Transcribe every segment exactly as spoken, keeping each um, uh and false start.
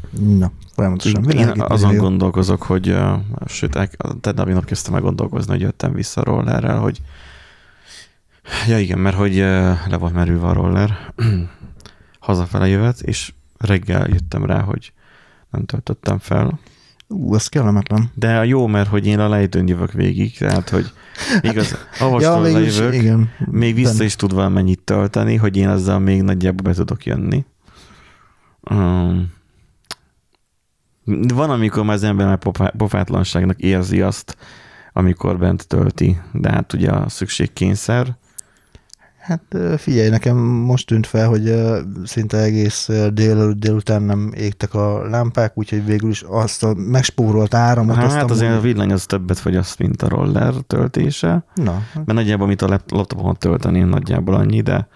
Na, folyamatosan Én azon jó. gondolkozok, hogy uh, sőt, tegnapi nap kezdtem meg gondolkozni, hogy jöttem vissza a rollerrel, hogy ja igen, mert hogy uh, le volt merülve a roller hazafele jövet, és reggel jöttem rá, hogy nem töltöttem fel. Ú, az kellemetlen. De jó, mert hogy én a lejtőn jövök végig, tehát, hogy igaz, avastól ja, lejövök, igen, még vissza benne. Is tud valamennyit tölteni, hogy én azzal még nagyjából be tudok jönni. Um, van, amikor már az ember már pofátlanságnak érzi azt, amikor bent tölti, de hát ugye a szükségkényszer. Hát figyelj, nekem most tűnt fel, hogy szinte egész dél, délután nem égtek a lámpák, úgyhogy végül is azt a megspórolt áramot... Hát azt azért a villany az többet fogyaszt, mint a roller töltése. Na. Mert nagyjából, mint a laptopon tölteni, nagyjából annyi, de...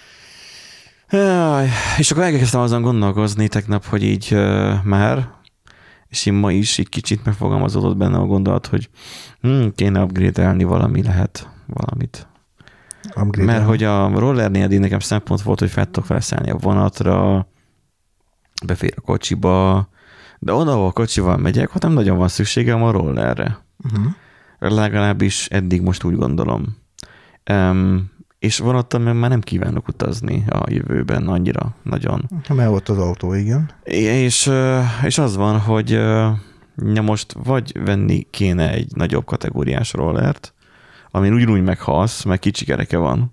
Jaj, és akkor elkezdtem azon gondolkozni tegnap, hogy így uh, már, és én ma is így kicsit megfogalmazódott benne a gondolat, hogy hm, kéne upgrade-elni, valami lehet, valamit. Upgrade Mert hogy a rollernél eddig nekem szempont volt, hogy fel tudok felszállni a vonatra, befér a kocsiba, de oda, ahol a kocsival megyek, ott nem nagyon van szükségem a rollerre. Uh-huh. Legalábbis eddig most úgy gondolom. Um, és vonattal meg már nem kívánok utazni a jövőben annyira nagyon. Mert ott az autó, igen. És, és az van, hogy ja most vagy venni kéne egy nagyobb kategóriás rollert, amin úgy-úgy meghalsz, meg kicsi kereke van.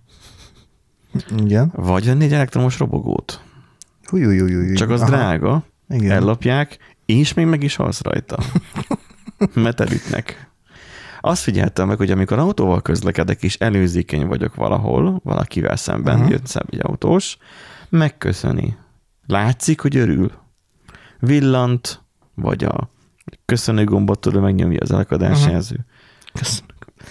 Igen. Vagy venni egy elektromos robogót. Húj, húj, húj, húj. Csak az Aha. drága, igen. Ellopják, és még meg is halsz rajta. Mert elütnek. Azt figyeltem meg, hogy amikor autóval közlekedek, és előzékeny vagyok valahol, valakivel szemben, uh-huh. jött szem egy autós, megköszöni. Látszik, hogy örül. Villant, vagy a köszönő gombot tudod, megnyomja az elakadásjelző. Uh-huh. Köszönöm.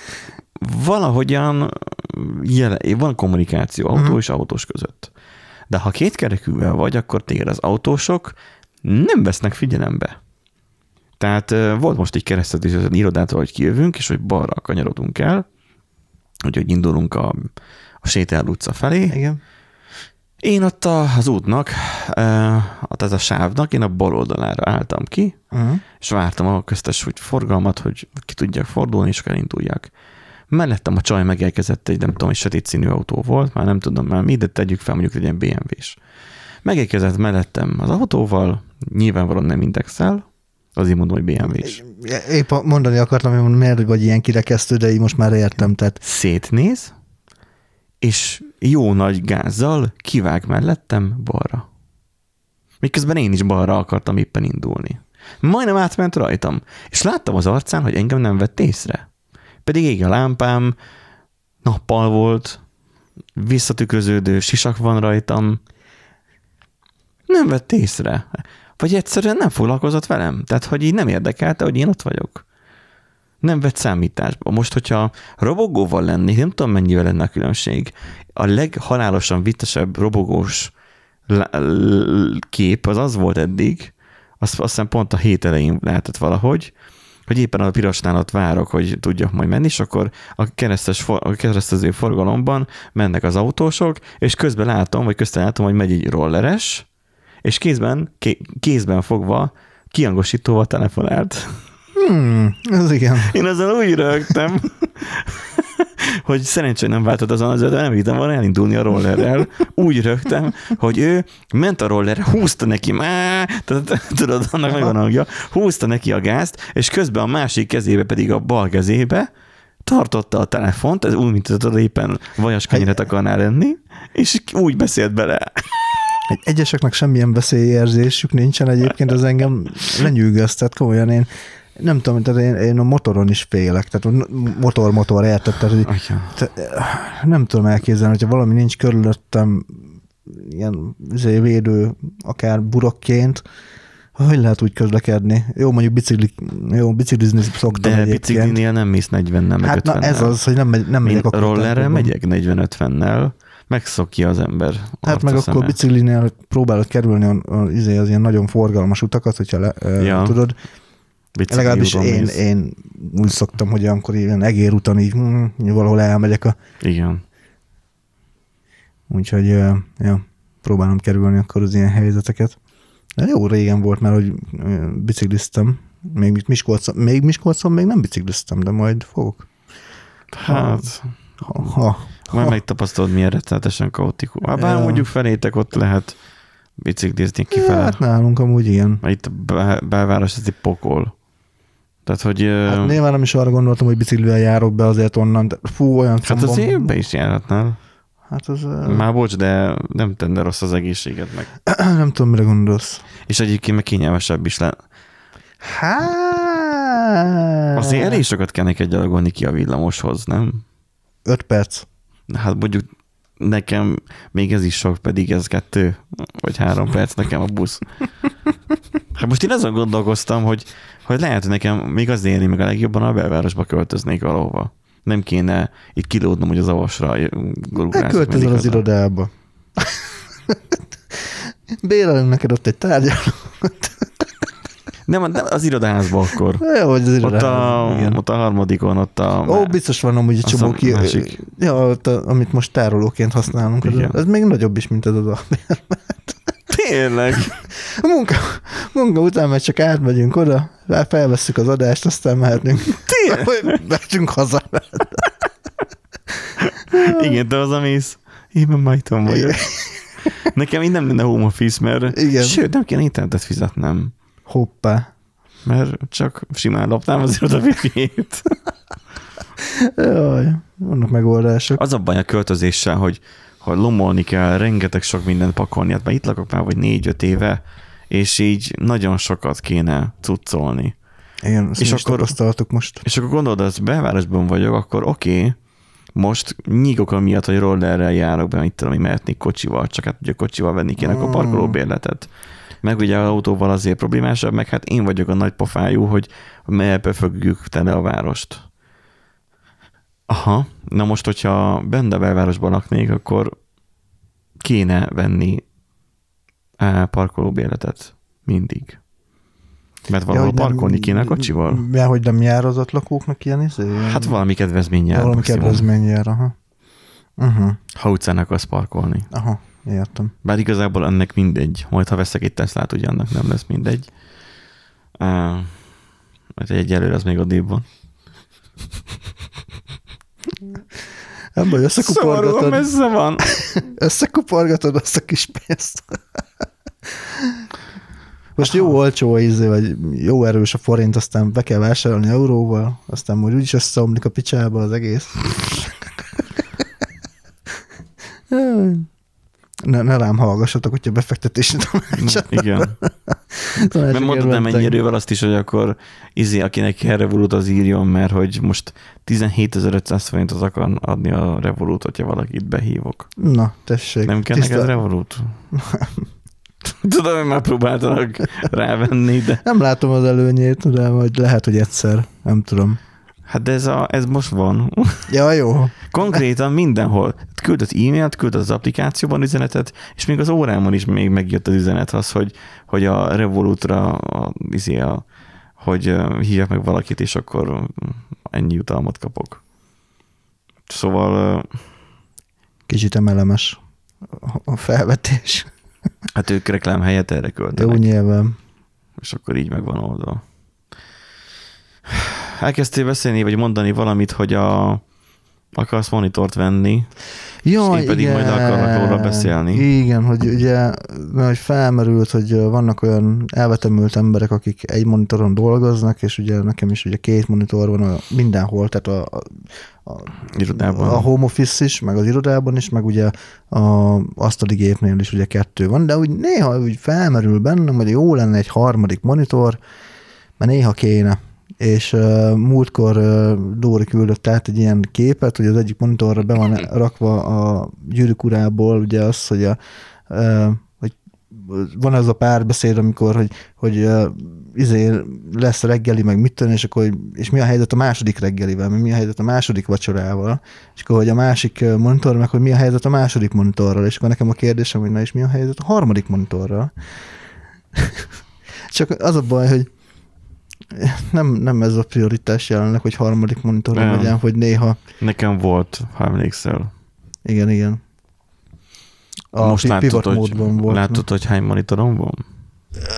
Valahogyan jele, van kommunikáció autó uh-huh. és autós között. De ha kétkerekűvel vagy, akkor téged az autósok nem vesznek figyelembe. Tehát volt most egy keresztetés az irodától, hogy kijövünk, és hogy balra kanyarodunk el, hogy, hogy indulunk a, a Sétál utca felé. Igen. Én ott az útnak, tehát a sávnak, én a bal oldalára álltam ki, uh-huh. és vártam a köztes hogy forgalmat, hogy ki tudjak fordulni, és elinduljak. Mellettem a csaj megérkezett egy, nem tudom, egy sötét színű autó volt, már nem tudom már mi, de tegyük fel, mondjuk egy ilyen bé em vé-s. Megérkezett mellettem az autóval, nyilvánvalóan nem indexel, azért mondom, hogy bé em vé-s. Épp mondani akartam, hogy miért vagy ilyen kirekesztő, de így most már értem. Tehát... Szétnéz, és jó nagy gázzal kivág mellettem balra. Miközben én is balra akartam éppen indulni. Majdnem átment rajtam, és láttam az arcán, hogy engem nem vett észre. Pedig ég a lámpám, nappal volt, visszatükröződő sisak van rajtam. Nem vett észre. Vagy egyszerűen nem foglalkozott velem. Tehát, hogy így nem érdekelte, hogy én ott vagyok. Nem vett számításba. Most, hogyha robogóval lennék, nem tudom, mennyivel lenne a különbség. A leghalálosan viccesebb robogós kép az az volt eddig, azt, azt hiszem pont a hét elején lehetett valahogy, hogy éppen a pirosnál ott várok, hogy tudjak majd menni, és akkor a, keresztes, a keresztező forgalomban mennek az autósok, és közben látom, vagy közben látom, hogy megy egy rolleres, és kézben, kézben fogva kiangosítóval telefonált. Hmm, ez igen. Én azon úgy rögtem, hogy szerencsére nem váltott azon azért, de nem hittem volna elindulni a rollerrel. Úgy rögtem, hogy ő ment a rollerre, húzta neki, má, tudod, annak megvan a hangja, húzta neki a gázt, és közben a másik kezébe pedig a bal kezébe tartotta a telefont, ez úgy, mint tudod, éppen vajas kenyeret akarná lenni, és úgy beszélt bele. Egyeseknek semmilyen veszélyérzésük nincsen egyébként, az engem lenyűgöz, tehát komolyan én nem tudom, tehát én, én a motoron is félek, tehát motor-motor érted, tehát, hogy, tehát nem tudom elképzelni, hogyha valami nincs körülöttem ilyen védő, akár burokként, hogy lehet úgy közlekedni? Jó, mondjuk bicikli, jó, biciklizni szoktam de egyébként. De biciklinél nem mész negyvennel, meg hát ötvennel. Na ez az, hogy nem, megy, nem megyek akkor. Rollerrel megyek negyven-ötvennel, megszokja az ember. Hát meg szeme. Akkor biciklinél próbálod kerülni az, az ilyen nagyon forgalmas utakat, hogyha le, ja. tudod. Bicikli legalábbis én, én úgy szoktam, hogy akkor ilyen egérúton így hm, valahol elmegyek a... Igen. Úgyhogy ja, próbálom kerülni akkor az ilyen helyzeteket. De jó régen volt már, hogy bicikliztem. Még Miskolcon, még Miskolcon még nem bicikliztem, de majd fogok. Hát, ha, ha, majd ha. megtapasztalod, milyen rettenetesen kaotikus. Hát bár Ja. mondjuk felétek ott lehet biciklizni kifele. Hát nálunk amúgy igen. Mert itt a bel- belváros ez egy pokol. Tehát, hogy... Hát nyilván nem is arra gondoltam, hogy biciklivel járok be azért onnan, de fú, olyan Hát combom. azért be is járhatnál. Hát az... Már bocs, de nem tenne rossz az egészséget meg. Nem tudom, mire gondolsz. És egyébként meg kényelmesebb is le. Hát... Azért elég sokat kell neked gyalogolni ki a villamoshoz, nem? Öt perc. Hát mondjuk nekem még ez is sok, pedig ez kettő vagy három perc nekem a busz. Hát most én azon gondolkoztam, hogy, hogy lehet, hogy nekem még az élni meg a legjobban a belvárosba költöznék valahova. Nem kéne itt kilódnom, hogy az avasra gurulások. Elköltözöl az irodába. Bérelünk neked ott egy tárgyalót. Nem, nem, az irodaházba akkor. Jó, hogy az Ott irodába. a, Igen. ott a harmadikon, ott a... Ó, biztos van amúgy egy Azt csomó a ki... másik. Ja, ott a, amit most tárolóként használunk. Ez, Igen. ez még nagyobb is, mint ez az a... Tényleg? A munka, munka után meg csak átmegyünk oda, felvesszük az adást, aztán mehetünk. Tényleg? Mehetünk haza. Igen, te az mész. Én már majtom vagyok. Nekem így nem lenne home office, mert Igen. sőt, nem kéne internetet fizetnem. Hoppá. Mert csak simán lopnám az iroda wifi-t. Jaj, vannak megoldások. Az a baj a költözéssel, hogy, hogy lomolni kell, rengeteg sok mindent pakolni. Hát már itt lakok már vagy négy-öt éve, és így nagyon sokat kéne cuccolni. Igen, ezt És és akkor- tapasztaltuk most. És akkor gondolod, az belvárosban vagyok, akkor oké, okay, most nyígok miatt, hogy rollerrel járok be, mit tudom, hogy mehetnék kocsival, csak hát ugye kocsival venni kéne akkor parkolóbérletet. Meg ugye az autóval azért problémásabb, meg hát én vagyok a nagy pofájú, hogy merre fogjuk tele a várost. Aha, na most, hogyha benne a belvárosban laknék, akkor kéne venni á, parkolóbérletet mindig. Mert valahol hogy nem- parkolni kéne a kocsival. Ja, hogy nem jár az ott lakóknak ilyen izé? Hát valami kedvezmény jár. Valami maximum. kedvezmény jár, aha. Uh-huh. Ha utcán akarsz parkolni. Aha, értem. Bár igazából ennek mindegy. Majd ha veszek egy Teslát, ugye annak nem lesz mindegy. Uh, mert egyelőre az még odébb van. Nem baj, összekuporgatod, messze van. összekuporgatod azt a kis pénzt. Most jó olcsó izé, vagy jó erős a forint, aztán be kell vásárolni euróval, aztán majd úgyis összeomlik a picsába az egész. Ne, ne rám hallgassatok, hogyha befektetési tanácsot. Igen. Mert mondod nem ennyi erővel azt is, hogy akkor izé, akinek kell Revolut, az írjon, mert hogy most tizenhétezer-ötszáz forintot akar adni a Revolut, hogyha valakit behívok. Na, tessék. Nem kell Tiszta- neked Revolut? Tudom, hogy már próbáltanak rávenni, de... Nem látom az előnyét, de majd lehet, hogy egyszer. Nem tudom. Hát de ez, a, ez most van. Ja, jó. Konkrétan mindenhol. Küldött e-mailt, küldött az applikációban üzenetet, és még az órámon is még megjött az üzenet az, hogy, hogy a Revolutra, a, izé a, hogy uh, hívják meg valakit, és akkor ennyi jutalmat kapok. Szóval... Uh, Kicsit emelemes a felvetés. hát ők reklám helyett erre Jó, költenek. nyilván. És akkor így meg van oldva. Elkezdtél beszélni, vagy mondani valamit, hogy a, akarsz monitort venni, Ja, és én pedig igen. majd akarok róla beszélni. Igen, hogy ugye mert hogy felmerült, hogy vannak olyan elvetemült emberek, akik egy monitoron dolgoznak, és ugye nekem is ugye két monitor van a, mindenhol, tehát a, a, a, Irodában. a home office is, meg az irodában is, meg ugye a asztali gépnél is ugye kettő van, de úgy néha úgy felmerül bennem, hogy jó lenne egy harmadik monitor, mert néha kéne. És uh, múltkor uh, Dóri küldött át egy ilyen képet, hogy az egyik monitorra be van rakva a Gyűrűk urából, ugye az, hogy, a, uh, hogy van ez a párbeszéd, amikor, hogy, hogy uh, izé lesz reggeli, meg mit tenni, és akkor, hogy, és mi a helyzet a második reggelivel, meg mi a helyzet a második vacsorával, és akkor, hogy a másik monitor, meg hogy mi a helyzet a második monitorral, és akkor nekem a kérdésem, hogy na, és mi a helyzet a harmadik monitorral. Csak az a baj, hogy nem, nem ez a prioritás jelenleg, hogy harmadik monitoron Nem. legyen, hogy néha... Nekem volt, ha emlékszel. Igen, igen. A Most pi- látod, pivot hogy, módban volt. látod, hogy hány monitorom van?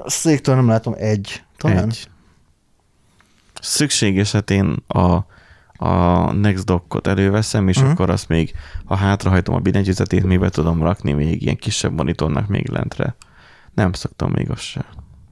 széktől nem látom, egy. Talán? Egy. Szükség esetén a, a NextDock-ot előveszem, és uh-huh. akkor azt még, ha hátrahajtom a billentyűzetét, még be tudom rakni még ilyen kisebb monitornak még lentre. Nem szoktam még azt se.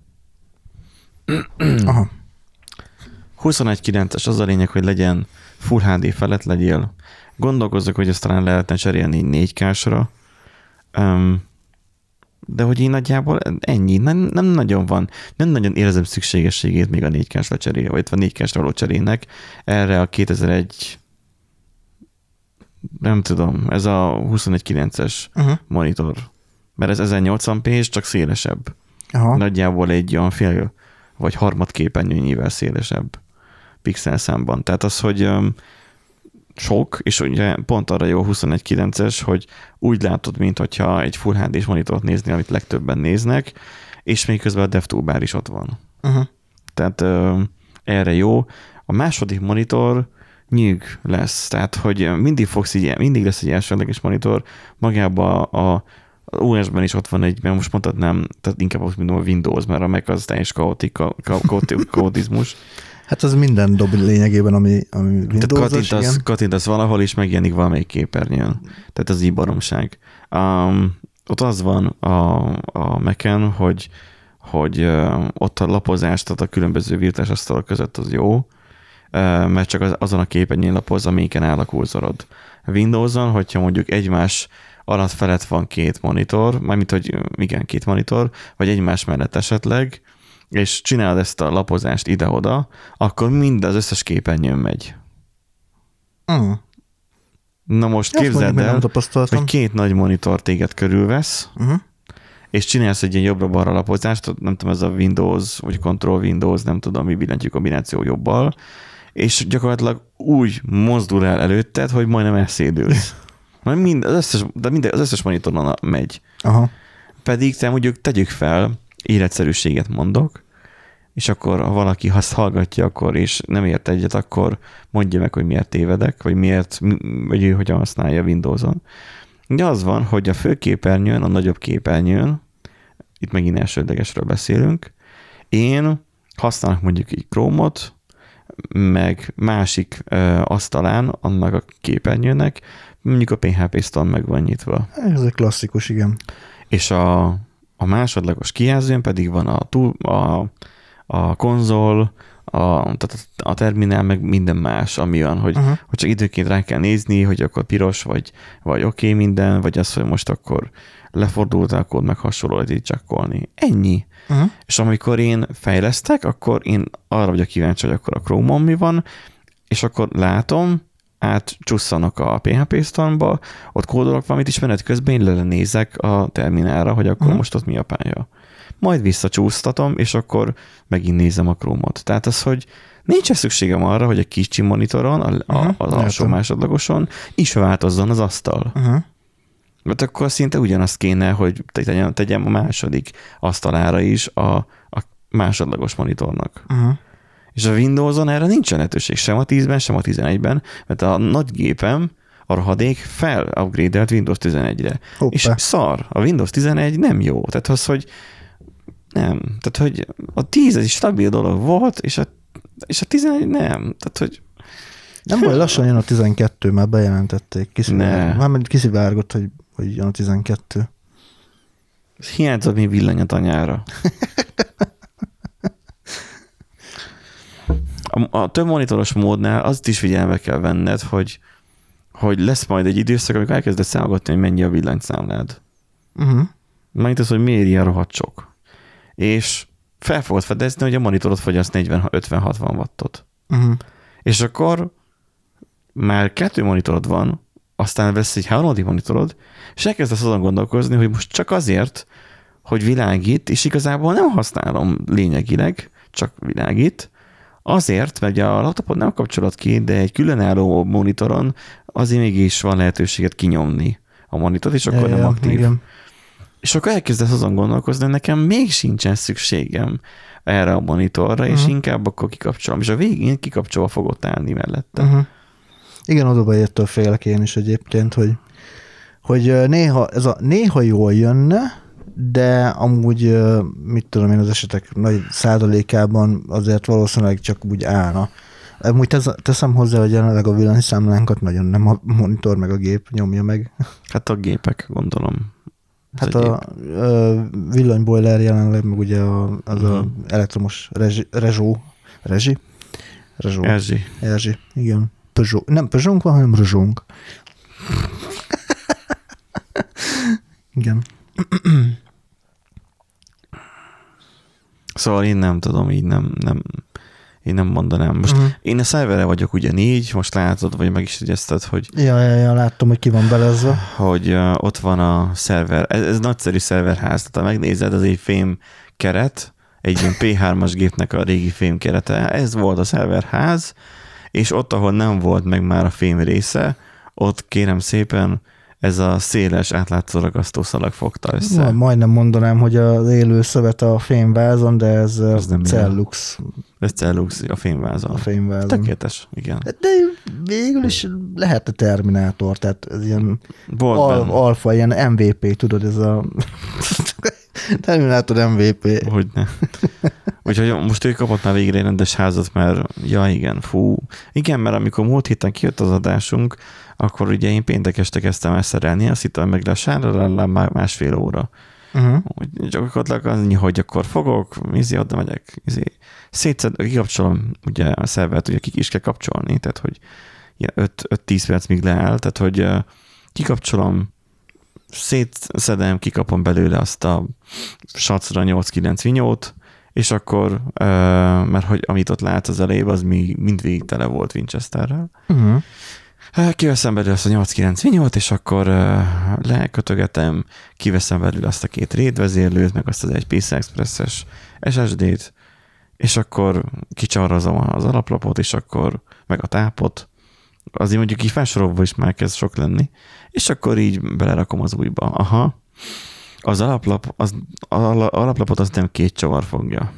Aha. huszonegy kilences az a lényeg, hogy legyen Full há dé felett legyél. Gondolkozzak, hogy ezt talán lehetne cserélni négy ká-sra. Um, de hogy én nagyjából ennyi, nem, nem nagyon van, nem nagyon érzem szükségességét még a négy ká-s lecserélni, vagy a négy ká-sra való cserének. Erre a kétezer-egy nem tudom, ez a huszonegy kilences uh-huh. monitor. Mert ez ezernyolcvan pé és csak szélesebb. Aha. Nagyjából egy olyan fél vagy harmad képernyőnyivel szélesebb pixel számban. Tehát az, hogy um, sok, és ugye pont arra jó a huszonegy kilences, hogy úgy látod, mintha egy Full há dés monitort nézni, amit legtöbben néznek, és még közben a DevToolbar is ott van. Uh-huh. Tehát um, erre jó. A második monitor nyűg lesz, tehát hogy mindig fogsz így, mindig lesz egy elsődleges monitor, magában a, a o es-ben is ott van egy, mert most mondhatnám, tehát inkább azt mondom a Windows, mert a Mac az teljes kaotik, ka, ka, kaotizmus. Hát az minden dob lényegében, ami, ami Windows-os, tehát igen. Kattintasz valahol, és megjelenik valamelyik képernyőn. Tehát az így baromság. Um, ott az van a, a Mac-en, hogy, hogy uh, ott a lapozást, tehát a különböző virtuális asztalok között az jó, uh, mert csak az, azon a képernyőn lapoz, amelyiken áll a kurzorod. Windows-on, hogyha mondjuk egymás alatt felett van két monitor, mármint, hogy igen, két monitor, vagy egymás mellett esetleg, és csinálod ezt a lapozást ide-oda, akkor mind az összes képernyőn megy. Uh. Na most ezt képzeld el, hogy két nagy monitor téged körülvesz, uh-huh. és csinálsz egy ilyen jobbra-balra lapozást, nem tudom, ez a Windows, vagy Control Windows, nem tudom, mi billentyű kombináció jobbal, és gyakorlatilag úgy mozdul el előtted, hogy majdnem elszédülsz. Mind, az, összes, de minden, az összes monitoron megy. Aha. Pedig te mondjuk tegyük fel, életszerűséget mondok, és akkor ha valaki azt hallgatja, akkor és nem ért egyet, akkor mondja meg, hogy miért tévedek, vagy miért, vagy ő hogyan használja Windows-on. De az van, hogy a főképernyőn, a nagyobb képernyőn, itt megint elsődlegesről beszélünk, én használok mondjuk egy Chrome-ot, meg másik ö, asztalán annak a képernyőnek, mondjuk a pé há pé Storm meg van nyitva. Ez egy klasszikus, igen. És a, a másodlagos kijelzőn pedig van a, túl, a, a konzol, a, tehát a terminál, meg minden más, ami van, hogy, uh-huh. hogy csak időként rá kell nézni, hogy akkor piros, vagy, vagy oké okay minden, vagy az, hogy most akkor lefordult, akkor meg hasonló lehet így csekkolni. Ennyi. Uh-huh. És amikor én fejlesztek, akkor én arra vagyok kíváncsi, hogy akkor a Chrome-on mi van, és akkor látom, átcsusszanak a pé há pé Stormba, ott kódolok valamit, és menet közben én lenézek a terminálra, hogy akkor uh-huh. most ott mi a pálya. Majd visszacsúsztatom, és akkor megint nézem a Chrome-ot. Tehát az, hogy nincs szükségem arra, hogy a kicsi monitoron, a, uh-huh. az alsó másodlagoson is változzon az asztal. Uh-huh. Mert akkor szinte ugyanazt kéne, hogy tegyem a második asztalára is a, a másodlagos monitornak. Uh-huh. És a Windows-on erre nincsen lehetőség, sem a tízben, sem a tizenegyben, mert a nagy gépem, a rohadék fel-upgrade-elt Windows tizenegyre. Hoppá. És szar, a Windows tizenegy nem jó. Tehát az, hogy nem. Tehát, hogy a tíz egy stabil dolog volt, és a, és a tizenegy nem. Tehát, hogy nem baj, lassan jön a tizenkettő, már bejelentették. Kiszivárgott, már kiszivárgott, hogy, hogy jön a tizenkettő. Hiányzott még villanyat anyára. A, a több monitoros módnál azt is figyelme kell venned, hogy, hogy lesz majd egy időszak, amikor elkezded számolgatni, hogy mennyi a villanyszámlád. Uh-huh. Majd az, hogy miért ilyen rohadt sok. És fel fogod fedezni, hogy a monitorod fogyaszt negyven ötven hatvan wattot. Uh-huh. És akkor már kettő monitorod van, aztán vesz egy harmadik monitorod, és elkezdesz azon gondolkozni, hogy most csak azért, hogy világít, és igazából nem használom lényegileg, csak világít, azért, mert a laptopod nem kapcsolod ki, de egy különálló monitoron azért mégis van lehetőséget kinyomni a monitort, és akkor ja, nem aktív. Igen. És akkor elkezdesz azon gondolkozni, hogy nekem még sincsen szükségem erre a monitorra, uh-huh. és inkább akkor kikapcsolom. És a végén kikapcsolva fogod állni mellette. Uh-huh. Igen, oda értől félek én is egyébként, hogy, hogy néha, ez a néha jól jönne, de amúgy, mit tudom én, az esetek nagy százalékában azért valószínűleg csak úgy állna. Amúgy teszem hozzá, hogy jelenleg a villanyszámlánkat nagyon nem a monitor meg a gép nyomja meg. Hát a gépek, gondolom. Hát a, a villanyboiler jelenleg, meg ugye a, az uh-huh. a elektromos rezsi, rezsó, rezsi? Rezsó. Erzsi. Erzsi, igen. Peugeot. Nem Peugeot van, hanem Rezsónk. Igen. Szóval én nem tudom, így nem, nem, én nem mondanám. Most uh-huh. én a szerverre vagyok ugyanígy, most látod, vagy meg is jegyezted, hogy... Ja, ja, ja, láttam, hogy ki van belezve. Hogy uh, ott van a szerver. Ez, ez nagyszerű szerverház, tehát ha megnézed, az egy fém keret, egy ilyen pé hármas gépnek a régi fém kerete. Ez volt a szerverház, és ott, ahol nem volt meg már a fém része, ott kérem szépen ez a széles átlátszó ragasztószalag fogta össze. Ma, majdnem mondanám, hogy az élő szövet a fémvázon, de ez, ez nem cellux. Ilyen. Ez cellux a fémvázon. A fémvázon. Tökéletes, igen. De, de végül is lehet a Terminátor, tehát ez ilyen al, alfa, ilyen em vé pé, tudod, ez a Terminátor em vé pé. Hogyne. Úgyhogy most ő kapott már végre egy rendes házat, mert ja igen, fú. Igen, mert amikor múlt héten kijött az adásunk, akkor ugye én péntek este kezdtem el szerelni, azt hittem meg le sárra, már másfél óra. Uh-huh. Úgy, gyakorlatilag annyi, hogy akkor fogok, izé, oda megyek, izé, szétszed, kikapcsolom, ugye a szervert, ugye ki is kell kapcsolni, tehát hogy öt-tíz perc még leáll, tehát hogy kikapcsolom, szétszedem, kikapom belőle azt a sacra nyolc-kilenc vinyót, és akkor, mert hogy amit ott látsz az elejében, az még mindvégig tele volt Winchesterrel. Uh-huh. Kiveszem belőle azt a nyolc-kilenc vinyót, és akkor lekötögetem, kiveszem belőle azt a két RAID vezérlőt, meg azt az egy pé cé Express-es es es dé-t, és akkor kicsarrazom az alaplapot, és akkor meg a tápot. Azért mondjuk így felsorolva is már kezd sok lenni, és akkor így belerakom az újba. Aha. Az alaplap, az, az alaplapot az nem két csavar fogja.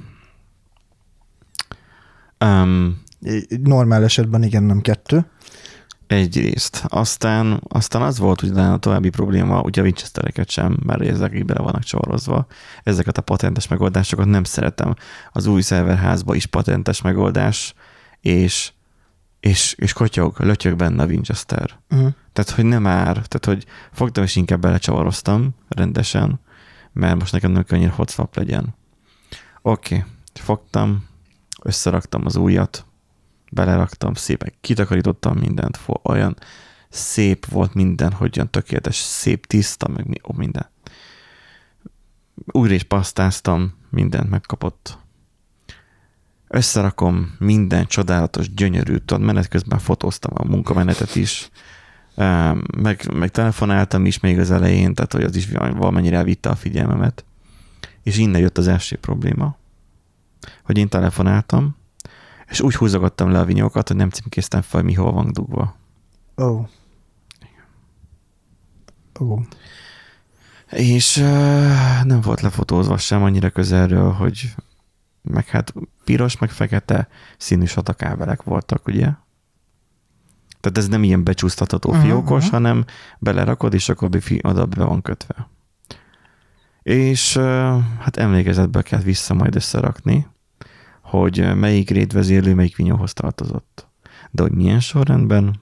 Um, Normál esetben igen, nem kettő. Egyrészt. Aztán, aztán az volt ugye a további probléma, ugye a Winchestereket sem, mert ezek így bele vannak csavarozva. Ezeket a patentes megoldásokat nem szeretem. Az új szerverházban is patentes megoldás, és és, és kotyog, lötyög benne a Winchester. Uh-huh. Tehát, hogy nem ár. Tehát, hogy fogtam, és inkább belecsavaroztam rendesen, mert most nekem nem kell annyira hotfap legyen. Oké, okay. Fogtam, összeraktam az újat, beleraktam, szépen kitakarítottam mindent, olyan szép volt minden, hogy olyan tökéletes, szép, tiszta, meg minden. Újra is pasztáztam, mindent megkapott. Összerakom minden csodálatos, gyönyörű, tudod, menet közben fotóztam a munkamenetet is, meg, meg telefonáltam is még az elején, tehát hogy az is valamennyire elvitte a figyelmemet. És innen jött az első probléma, hogy én telefonáltam, és úgy húzogattam le a vinyókat, hogy nem címkéztem fel, mi hol van dugva. Ó. Oh. Ó. Oh. És uh, nem volt lefotózva sem annyira közelről, hogy meg hát piros, meg fekete színű satakábelek voltak, ugye? Tehát ez nem ilyen becsúsztatható uh-huh, fiókos, uh-huh. hanem belerakod, és akkor oda be van kötve. És uh, hát emlékezetbe kell vissza majd összerakni, hogy melyik RAID vezérlő melyik vinyóhoz tartozott. De hogy milyen sorrendben,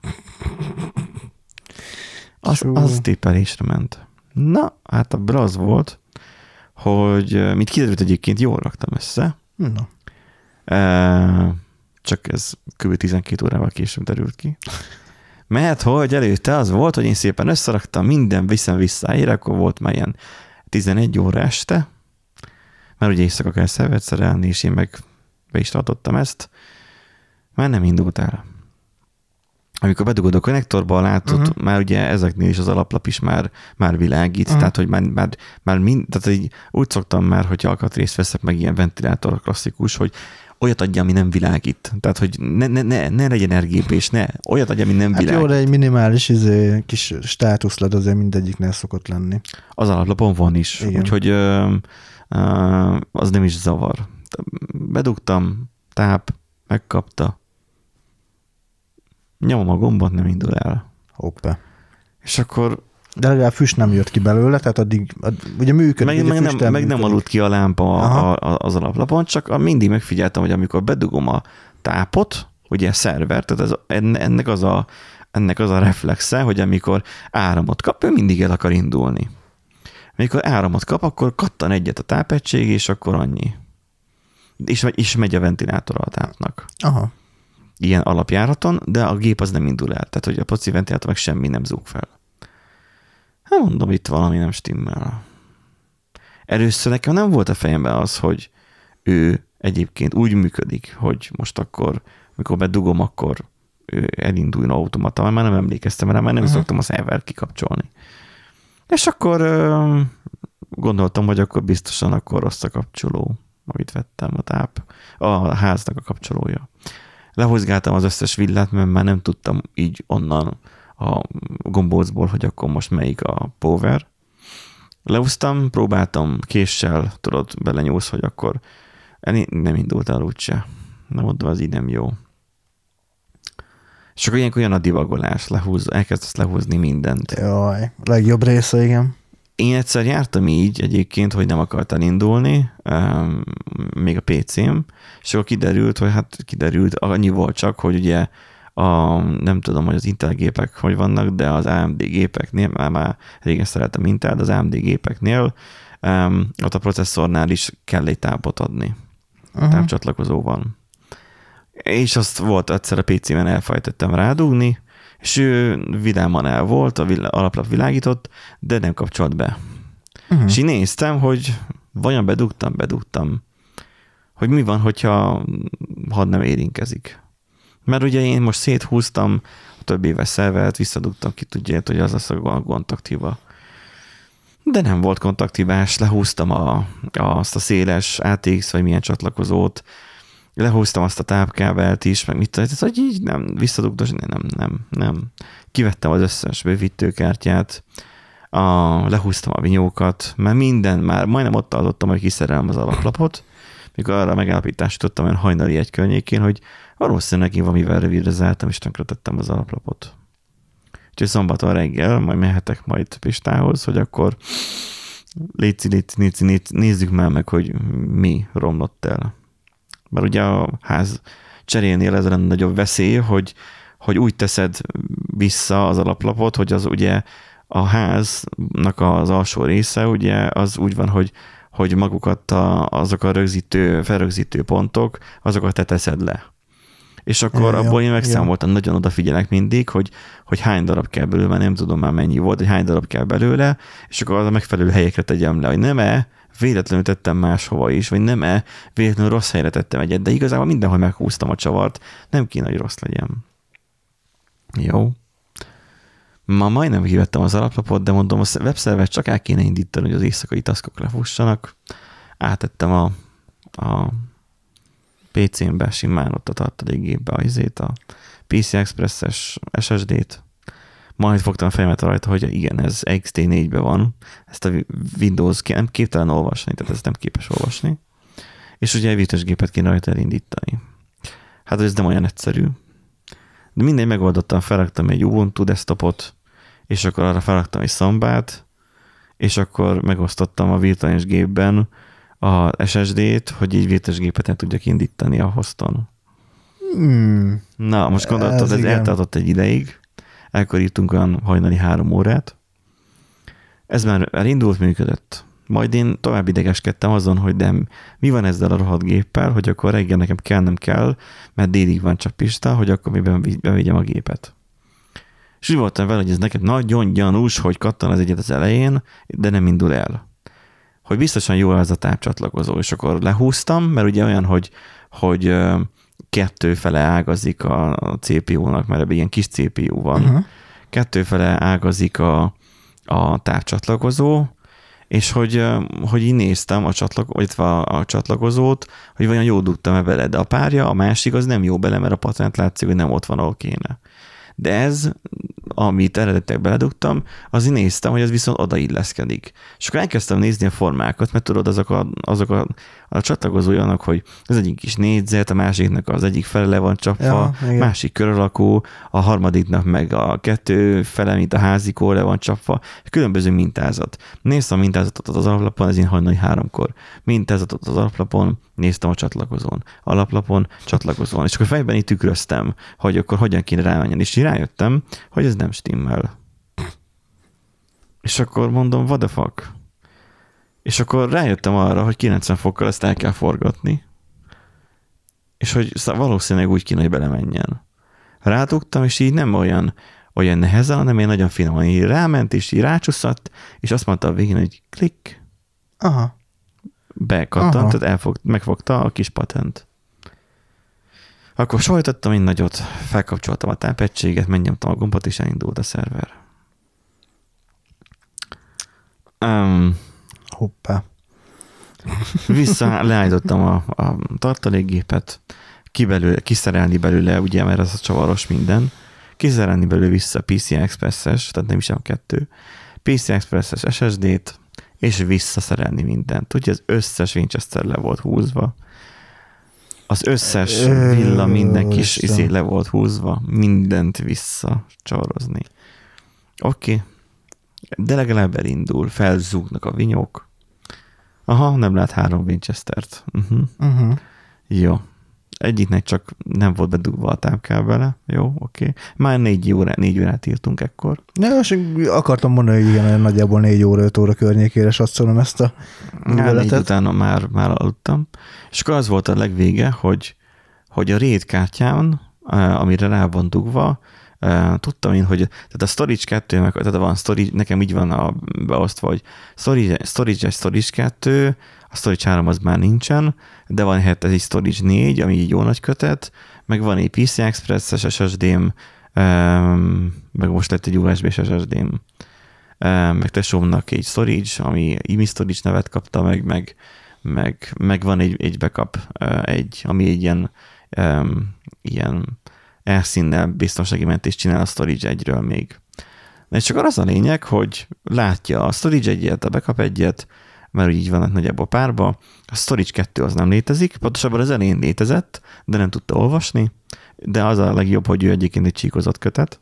az, az tippelésre ment. Na, hát abban az volt, hogy mit kiderült egyébként, jól raktam össze. Na. E, csak ez kb. tizenkét órával később derült ki. Mert hogy előtte az volt, hogy én szépen összeraktam, minden viszem visszaér, akkor volt már ilyen tizenegy óra este, mert ugye éjszaka kell szervert szerelni, és én meg be is tartottam ezt, már nem indult el. Amikor bedugod a konnektorba, látod, uh-huh. már ugye ezeknél is az alaplap is már, már világít, uh-huh. tehát hogy már, már, már mind, tehát így úgy szoktam már, hogyha alkatrészt veszek meg ilyen ventilátor klasszikus, hogy olyat adja, ami nem világít. Tehát, hogy ne, ne, ne, ne legyen er gé bé, és ne, olyat adja, ami nem hát világít. Jó, de egy minimális izé, kis státuszlad azért mindegyiknél szokott lenni. Az alaplapon van is, igen. Úgyhogy ö, ö, az nem is zavar. Bedugtam, táp, megkapta, nyomom a gombot, nem indul el. Hoppá. És akkor De legalább füst nem jött ki belőle, tehát addig, addig ugye működik. Meg, ugye meg, nem, meg nem aludt ki a lámpa a, a, az alaplapon, csak mindig megfigyeltem, hogy amikor bedugom a tápot, ugye szerver, tehát ez, ennek, az a, ennek az a reflexe, hogy amikor áramot kap, ő mindig el akar indulni. Amikor áramot kap, akkor kattan egyet a tápegység, és akkor annyi. És, és megy a ventilátor a tápnak. Aha. Ilyen alapjáraton, de a gép az nem indul el. Tehát, hogy a poci ventilátor meg semmi nem zúg fel. Hát mondom, itt valami nem stimmel. Először nekem nem volt a fejemben az, hogy ő egyébként úgy működik, hogy most akkor, amikor bedugom, akkor ő elinduljon automata, mert már nem emlékeztem rá, már nem uh-huh. szoktam a szervert kikapcsolni. És akkor gondoltam, hogy akkor biztosan akkor rossz a kapcsoló, amit vettem, a táp, a háznak a kapcsolója. Lehozgáltam az összes villát, mert már nem tudtam így onnan a gombócból, hogy akkor most melyik a power. Lehúztam, próbáltam késsel, tudod, belenyúlsz, hogy akkor nem indult el úgyse. Nem mondom, az így nem jó. És akkor ilyenkor olyan a divagolás, lehúz, elkezdesz lehúzni mindent. Jaj, legjobb része, igen. Én egyszer jártam így egyébként, hogy nem akart elindulni, um, még a pé cém, és akkor kiderült, hogy hát kiderült, annyi volt csak, hogy ugye a, nem tudom, hogy az Intel gépek hogy vannak, de az á em dé gépeknél, már, már régen szeretem Intel, de az á em dé gépeknél um, ott a processzornál is kell egy tápot adni. Uh-huh. Tápcsatlakozó van. És azt volt egyszer a pé cémen elfejtettem rádugni, és ő vidáman el volt, a vil- alaplap világított, de nem kapcsolt be. Uh-huh. És én néztem, hogy vajon bedugtam, bedugtam, hogy mi van, hogyha had nem érinkezik. Mert ugye én most széthúztam a több éves szervert, visszadugtam ki, tudja, hogy az a kontaktíva. De nem volt kontaktívás, lehúztam a, a, azt a széles á té iksz, vagy milyen csatlakozót, lehúztam azt a tápkábelt is, meg mit tudom, hogy így nem, visszadugdos, nem, nem, nem. Kivettem az összes bővítőkártyát, a, lehúztam a vinyókat, mert minden, már majdnem ott adottam, hogy kiszerelem az alaplapot, mikor arra megállapítást tudtam olyan hajnali egy környékén, hogy valószínűleg én valamivel rövidre zártam, és tönkretettem az alaplapot. Úgyhogy szombaton reggel majd mehetek majd Pistához, hogy akkor léci, léci, léci, léci, nézzük már meg, hogy mi romlott el. Mert ugye a ház cserélnél ez lenne nagyobb veszély, hogy, hogy úgy teszed vissza az alaplapot, hogy az ugye a háznak az alsó része, ugye az úgy van, hogy, hogy magukat a, azok a rögzítő, felrögzítő pontok, azokat te teszed le. És akkor ja, abból én megszámoltam, ja. Nagyon odafigyelek mindig, hogy, hogy hány darab kell belőle, mert nem tudom már mennyi volt, hogy hány darab kell belőle, és akkor az a megfelelő helyekre tegyem le, hogy nem-e véletlenül tettem máshova is, vagy nem-e véletlenül rossz helyre tettem egyet, de igazából mindenhol meghúztam a csavart, nem kéne, hogy rossz legyen. Jó. Ma majdnem kivettem az alaplapot, de mondom, a webszervert csak el kéne indítani, hogy az éjszakai taskok lefussanak. Átettem a, a pé cémbe simán ott a tartalékgépbe azért a pé cé Express-es es es dét. Majd fogtam a fejemet rajta, hogy igen, ez iksz té négyben van, ezt a Windows nem képtelen olvasni, tehát ezt nem képes olvasni. És ugye egy virtuális gépet kéne rajta elindítani. Hát ez nem olyan egyszerű. De mindegy, megoldottam, felraktam egy Ubuntu desktopot, és akkor arra felraktam egy szambát, és akkor megosztottam a virtuális gépben a es es dét, hogy így virtuális gépet nem tudjak indítani a hoston. Hmm. Na, most gondoltad, ez, ez eltartott egy ideig, ekkor írtunk olyan hajnali három órát. Ez már elindult, működött. Majd én tovább idegeskedtem azon, hogy de mi van ezzel a rohadt géppel, hogy akkor reggel nekem kell, nem kell, mert délig van csak Pista, hogy akkor még bevigyem a gépet. És úgy voltam vele, hogy ez neked nagyon gyanús, hogy kattan az egyet az elején, de nem indul el. Hogy biztosan jó ez a tápcsatlakozó, és akkor lehúztam, mert ugye olyan, hogy, hogy kettő fele ágazik a cé pé ú-nak, mert ebben ilyen kis cé pé ú van. Uh-huh. Kettő fele ágazik a, a tápcsatlakozó, és hogy, hogy így néztem a, csatlak, a, a csatlakozót, hogy vajon jól dugtam-e bele, de a párja, a másik az nem jó bele, mert a patent látszik, hogy nem ott van, ahol kéne. De ez, amit eredetileg beledugtam, az én néztem, hogy ez viszont odailleszkedik. És akkor elkezdtem nézni a formákat, mert tudod, azok a, azok a, a csatlakozója annak, hogy az egyik kis négyzet, a másiknak az egyik fele le van csapva, ja, másik kör alakú, a harmadiknak meg a kettő fele, mint a házikó le van csapva, különböző mintázat. Néztem a mintázatot az alaplapon, ez én hajnali háromkor. Mintázatot az alaplapon, néztem a csatlakozón. Alaplapon, csatlakozón. És akkor fejben itt tükröztem, hogy akkor hogyan kéne rámenjen. És így rájöttem, hogy ez nem stimmel. És akkor mondom, what the fuck? És akkor rájöttem arra, hogy kilencven fokkal ezt el kell forgatni, és hogy valószínűleg úgy kéne, hogy belemenjen. Rádugtam, és így nem olyan, olyan nehezen, hanem én nagyon finoman így ráment, és így rácsúszott, és azt mondta a végén, hogy klik. Aha. Bekattant, tehát elfog, megfogta a kis patent. Akkor sajtottam egy nagyot, felkapcsoltam a tápegységet, megnyomtam a gombot, és elindult a szerver. Um, Hoppá. Vissza leállítottam a, a tartalékgépet, kibelőle, kiszerelni belőle, ugye, mert az a csavaros minden, kiszerelni belőle vissza a pé cé Express-es, tehát nem is a kettő, pé cé Express-es es es dét, és visszaszerelni mindent. Ugye az összes Winchester le volt húzva, az összes villa, minden kis izé le volt húzva, mindent visszacsavarozni. Oké. Okay. De legalább elindul, felzúgnak a vinyók. Aha, nem lát három Winchestert. Uh-huh. Uh-huh. Jó. Egyiknek csak nem volt bedugva a tápkábele. Jó, oké. Okay. Már négy órát, négy órát írtunk ekkor. Ja, most akartam mondani, hogy igen, nagyjából négy óra, öt óra környékére satszolom ezt a műveletet. Négy utána már, már aludtam. És akkor az volt a legvége, hogy, hogy a RAID kártyán, amire rá van dugva, Uh, tudtam én, hogy tehát a Storage kettő, meg, tehát van storage, nekem így van a, beosztva, hogy Storage, Storage egy Storage kettő, a Storage három az már nincsen, de van hát ez egy Storage négy, ami így jó nagy kötet, meg van egy pé cé Express-es es es dém, um, meg most lett egy u es bé-s es es dém, um, meg tesómnak egy Storage, ami i em i Storage nevet kapta, meg, meg, meg, meg van egy, egy backup, uh, egy, ami egy ilyen, um, ilyen elszínnel biztonsági mentést csinál a Storage egyről még. De csak az a lényeg, hogy látja a Storage egyet, a backup egyet, mert így vannak nagyjából párba. A Storage kettő az nem létezik, pontosabban az elején létezett, de nem tudta olvasni, de az a legjobb, hogy ő egyébként egy csíkozott kötet.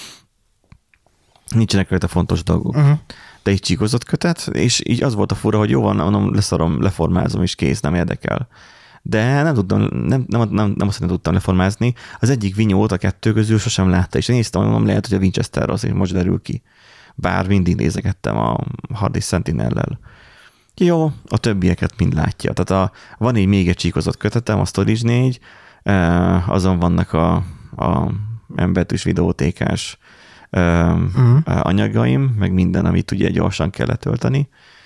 Nincsenek rajta fontos dolgok. Uh-huh. De egy csíkozott kötet, és így az volt a fura, hogy jó van, mondom, leszarom, leformázom, és kész, nem érdekel. De nem tudtam, nem, nem, nem, nem azt nem tudtam leformázni. Az egyik vinyót a kettő közül sosem látta, és én néztem, mondom, lehet, hogy a Winchester az, és most derül ki. Bár mindig nézegettem a Hardy Sentinellel. Jó, a többieket mind látja. Tehát a, van egy még egy csíkozott kötetem, a Storage négy, azon vannak a, a embetűs videótékás uh-huh. anyagaim, meg minden, amit ugye gyorsan kell letölteni.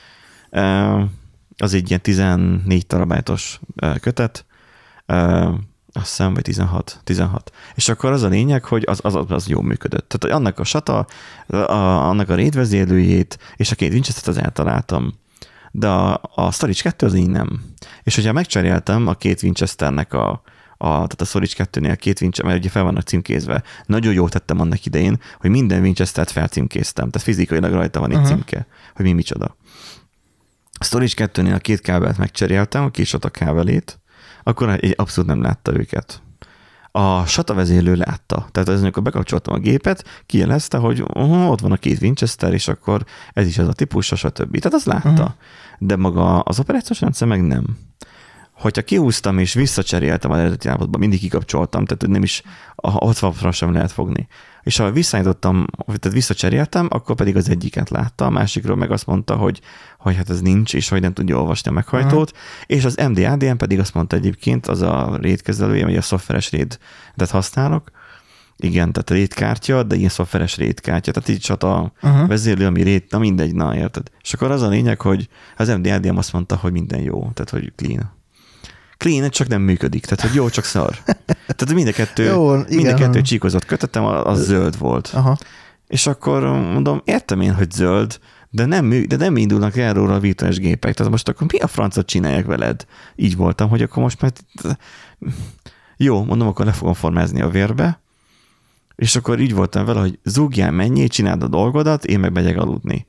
Az egy ilyen tizennégy terabájtos kötet, azt hiszem, vagy tizenhat, tizenhat. És akkor az a lényeg, hogy az, az, az jól működött. Tehát annak a sata, a, annak a RAID vezérlőjét, és a két Winchester-t az eltaláltam. De a, a Storage kettő az így nem. És hogyha megcseréltem a két Winchesternek a, a tehát a Storage kettőnél a két Winchester, mert ugye fel vannak címkézve, nagyon jól tettem annak idején, hogy minden Winchester-t felcímkéztem. Tehát fizikailag rajta van egy uh-huh. címke, hogy mi micsoda. A Storage kettőnél a két kábelt megcseréltem, a két sata kábelét, akkor egy abszolút nem látta őket. A sata vezérlő látta. Tehát az, amikor bekapcsoltam a gépet, kijelezte, hogy uh, ott van a két Winchester, és akkor ez is az a típusa, stb. Tehát az látta. Uh-huh. De maga az operációs rendszer meg nem. Hogyha kihúztam és visszacseréltem az eredeti állapotba, mindig kikapcsoltam, tehát nem is a hatvanra sem lehet fogni. És ha visszaállítottam, tehát visszacseréltem, akkor pedig az egyiket látta, a másikról meg azt mondta, hogy, hogy hát ez nincs, és hogy nem tudja olvasni a meghajtót, uh-huh. és az em dé á dé em pedig azt mondta egyébként, az a RAID kezelője, vagy a szoftveres RAID-et használok, igen, tehát RAID kártya, de ilyen szoftveres RAID kártya, tehát így csata uh-huh. vezérlő, ami RAID, na mindegy, na érted. És akkor az a lényeg, hogy az em dé á dé em azt mondta, hogy minden jó, tehát hogy clean. Clean, csak nem működik, tehát hogy jó, csak szar. Tehát mind a kettő, jó, mind a kettő csíkozott kötetem, az zöld volt. Aha. És akkor mondom, értem én, hogy zöld, de nem, mű, de nem indulnak el róla a virtuális gépek. Tehát most akkor mi a francot csinálják veled? Így voltam, hogy akkor most már... Jó, mondom, akkor le fogom formázni a vérbe, és akkor így voltam vele, hogy zúgjál, menjél, csináld a dolgodat, én meg megyek aludni.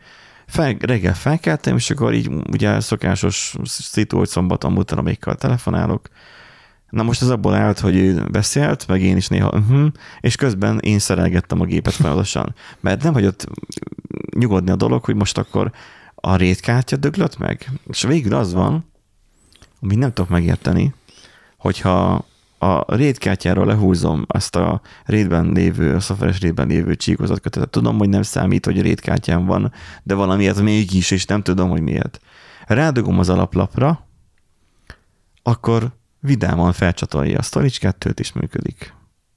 fel, reggel felkeltem, és akkor így ugye szokásos szitu, hogy szombaton mutaromékkal telefonálok. Na most ez abból állt, hogy ő beszélt, meg én is néha, uh-huh, és közben én szerelgettem a gépet folyamatosan. Mert nem hagyott nyugodni a dolog, hogy most akkor a rétkártya döglött meg. És végül az van, amit nem tudok megérteni, hogyha a rétkártyáról lehúzom azt a rétben lévő, a szoftveres rétben lévő csíkozott kötetet. Tudom, hogy nem számít, hogy a rétkártyám van, de valamiért mégis, és nem tudom, hogy miért. Rádugom az alaplapra, akkor vidáman felcsatolja a Storage kettőt, is működik.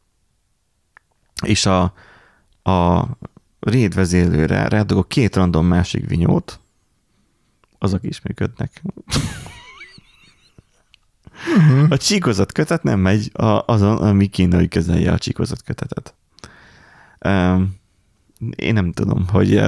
És a, a RAID vezérlőre rádugok két random másik vinyót, azok is működnek. Uh-huh. A csíkozott kötet nem megy azon, ami kéne, hogy kezelje a csíkozott kötetet. Um, én nem tudom, hogy...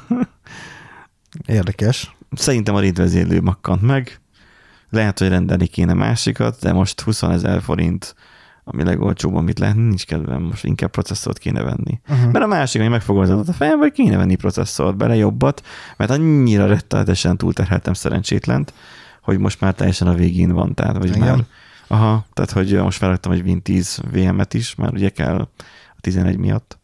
Érdekes. Szerintem a RAID vezérlő makkant meg. Lehet, hogy rendelni kéne másikat, de most huszonezer forint, ami legolcsóbb, amit lehet, nincs kedvem, most inkább processzort kéne venni. Uh-huh. Mert a másik, hogy megfogalmazott a fejem, hogy kéne venni processzort, bele jobbat, mert annyira rettenetesen túlterheltem szerencsétlent, hogy most már teljesen a végén van, tehát, vagy már, aha, tehát, hogy most felraktam egy Win tíz vé em-et is, már ugye kell a tizenegy miatt.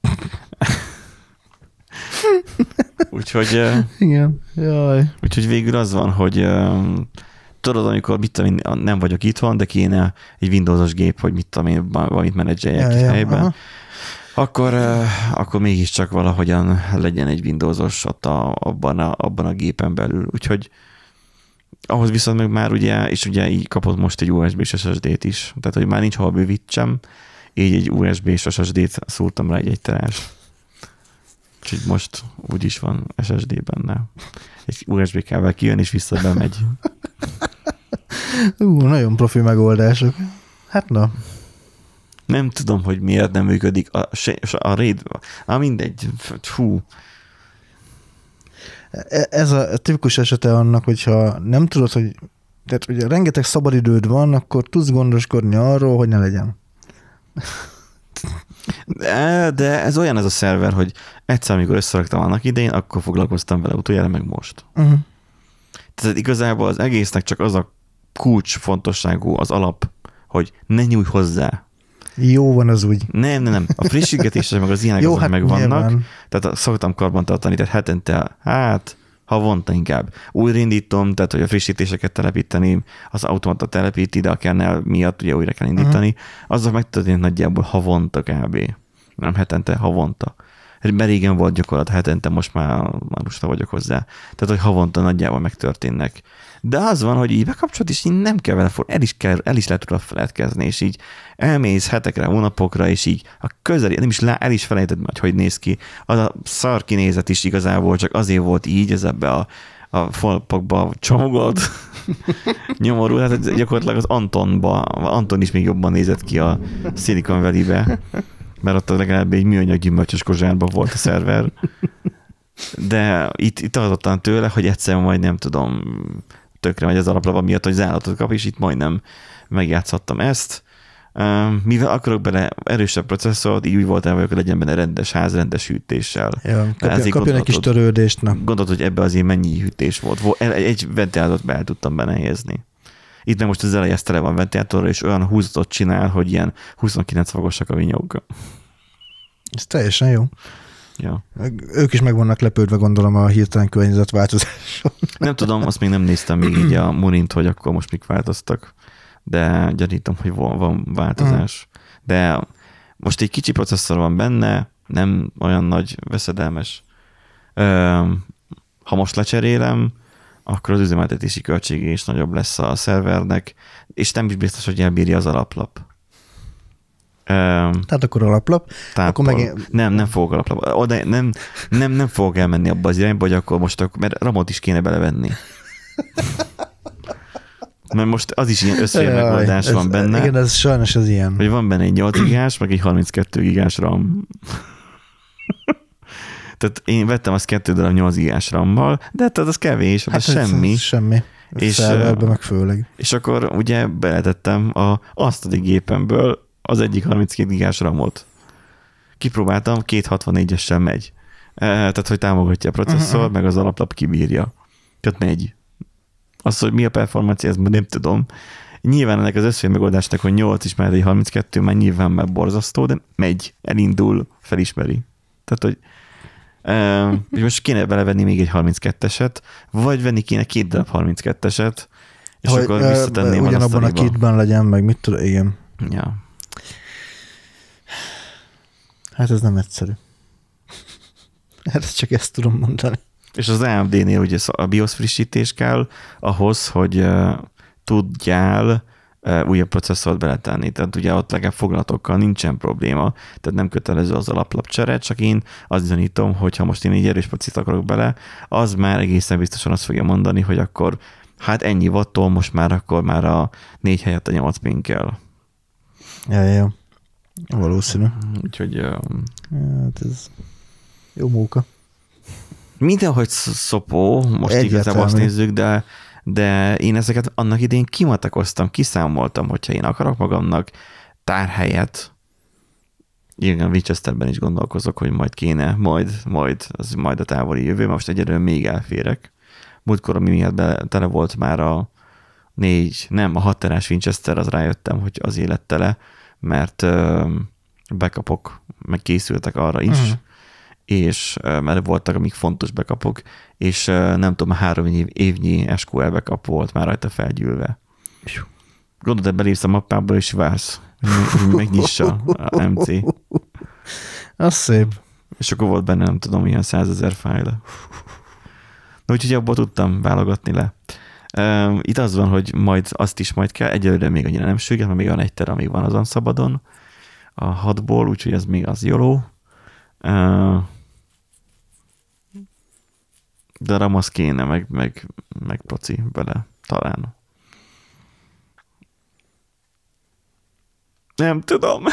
Úgyhogy... Igen, jaj. Úgyhogy végül az van, hogy tudod, amikor mit tudom én, nem vagyok itthon, de kéne egy Windowsos gép, hogy mit tudom én, valamit menedzseljek ja, helyben, ja, akkor, akkor mégiscsak valahogyan legyen egy Windowsos ott a, abban, a, abban a gépen belül. Úgyhogy ahhoz viszont meg már ugye, és ugye így kapott most egy u es bé-s es es dé-t is, tehát hogy már nincs hol bővítsem, így egy u es bé-s es es dé-t szúrtam rá egy egy terás. Úgyhogy most úgy is van es es dé benne. Egy u es bé kábel kijön, és vissza bemegy. Ú, nagyon profi megoldások. Hát na. Nem tudom, hogy miért nem működik. A, a RAID, a mindegy. Fú. Ez a tipikus esete annak, hogyha nem tudod, hogy tehát ugye rengeteg szabadidőd van, akkor tudsz gondoskodni arról, hogy ne legyen. De, de ez olyan ez a szerver, hogy egyszer, amikor összeraktam annak idején, akkor foglalkoztam vele utoljára, meg most. Uh-huh. Tehát igazából az egésznek csak az a kulcs fontosságú, az alap, hogy ne nyújj hozzá. Jó van az úgy. Nem, nem, nem. A frissítgetések meg az ilyenek azok hát megvannak. Nyilván. Tehát szoktam karbantartani, tehát hetente, hát havonta inkább. Újraindítom, tehát hogy a frissítéseket telepíteni, az automata telepíti, de a kernel miatt ugye újra kell indítani. Uh-huh. Azok megtörtént nagyjából havonta kb. Nem hetente, havonta. Mert régen volt gyakorlat hetente, most már, már most vagyok hozzá. Tehát, hogy havonta nagyjából megtörténnek. De az van, hogy így bekapcsolt, és így nem kell vele for, el is, kell, el is lehet róla feledkezni, és így elmész hetekre, hónapokra, és így a közeli, nem is lá, el is felejted, hogy hogy néz ki. Az a szar kinézet is igazából csak azért volt így, ez ebbe a, a falpakba csomagolt nyomorú, hát gyakorlatilag az Antonba, Anton is még jobban nézett ki a Silicon Valley-be, mert ott legalább egy műanyag gyümölcsös kozsárban volt a szerver. De itt, itt tartottam tőle, hogy egyszer majd nem tudom, tökre megy az alaplap miatt, hogy zállatot kap, és itt majdnem megjátszhattam ezt. Mivel akarok bele erősebb processzort, így úgy voltam, hogy legyen benne rendes ház, rendes hűtéssel. Ja, kapja, kapjon egy kis törődést. Na. Gondolod, hogy ebbe azért mennyi hűtés volt. Egy ventilátort be el tudtam benne helyezni. Itt meg most az eleje tele van ventilátorra, és olyan húzatot csinál, hogy ilyen huszonkilenc fokosak a vinyók. Ez teljesen jó. Ja. Ők is meg vannak lepődve, gondolom, a hirtelen környezetváltozáson. Nem tudom, azt még nem néztem még így a Munint, hogy akkor most mik változtak, de gyanítom, hogy van, van változás. Mm. De most egy kicsi processzor van benne, nem olyan nagy veszedelmes. Ha most lecserélem, akkor az üzemeltetési költsége is nagyobb lesz a szervernek, és nem is biztos, hogy elbírja az alaplap. Tehát akkor alaplap. Akkor meg... Nem, nem fogok alaplap. Oda, nem, nem, nem fogok elmenni abba az irányba, hogy akkor most, akkor, mert ramot is kéne belevenni. Mert most az is ilyen összfér megoldás van benne. Igen, ez sajnos az ilyen. Hogy van benne egy nyolc gigás, meg egy harminckettő gigás RAM. Tehát én vettem azt kettő darab nyolc gigás RAM-mal, de hát az kevés, hát az semmi. Semmi. És, meg főleg. És akkor ugye beletettem a asztali gépemből az egyik harminckét gigás ramot. Kipróbáltam, két hatvannégyessel megy. Tehát, hogy támogatja a processzor, uh-huh. meg az alaplap kibírja. Tehát megy. Az, hogy mi a performancia, ezt nem tudom. Nyilván ennek az összfél megoldásnak, hogy nyolc ismeret egy harminckettő, már nyilván már borzasztó, de megy, elindul, felismeri. Tehát, hogy és most kéne belevenni még egy harminckettőeset, vagy venni kéne két darab harminckettőeset, és hogy, akkor visszatenném ugyanabban a, a kitben legyen, meg mit tudom, igen. Ja. Hát ez nem egyszerű. Hát csak ezt tudom mondani. És az á em dé-nél ugye a BIOS frissítés kell ahhoz, hogy uh, tudjál uh, újabb processzort beletenni. Tehát ugye ott legalább foglalatokkal nincsen probléma, tehát nem kötelező az alaplapcsere, csak én azt bizonyítom, hogy ha most én egy erős procit akarok bele, az már egészen biztosan azt fogja mondani, hogy akkor hát ennyi wattól most már akkor már a négy helyett a nyolc pin kell. Ja, ja. Valószínű. Úgyhogy... Um, hát ez jó móka. Mindenhogy szopó, most igazából azt nézzük, de, de én ezeket annak idén kimatakoztam, kiszámoltam, hogyha én akarok magamnak tárhelyet, igen, Winchesterben is gondolkozok, hogy majd kéne, majd, majd, az majd a távoli jövő, most egyelőre még elférek. Múltkor, ami miatt be, tele volt már a négy, nem, a hat terás Winchester, az rájöttem, hogy az élet tele, mert uh, backupok meg készültek arra is, uh-huh. és uh, mert voltak amik fontos backupok, és uh, nem tudom, három év, évnyi es kú el backup volt már rajta felgyűlve. Gondolod, hogy belépsz a mappába, és vársz, hogy megnyissa a em cé. Az szép. És akkor volt benne, nem tudom, ilyen százezer fájl. Úgyhogy abból tudtam válogatni le. Uh, itt az van, hogy majd azt is majd kell, egyelőre még annyira nem sürget, mert még van egy tera, még van azon szabadon a hatból, úgyhogy ez még az jóló. Uh, de RAM az kéne, meg, meg, meg proci bele talán. Nem tudom.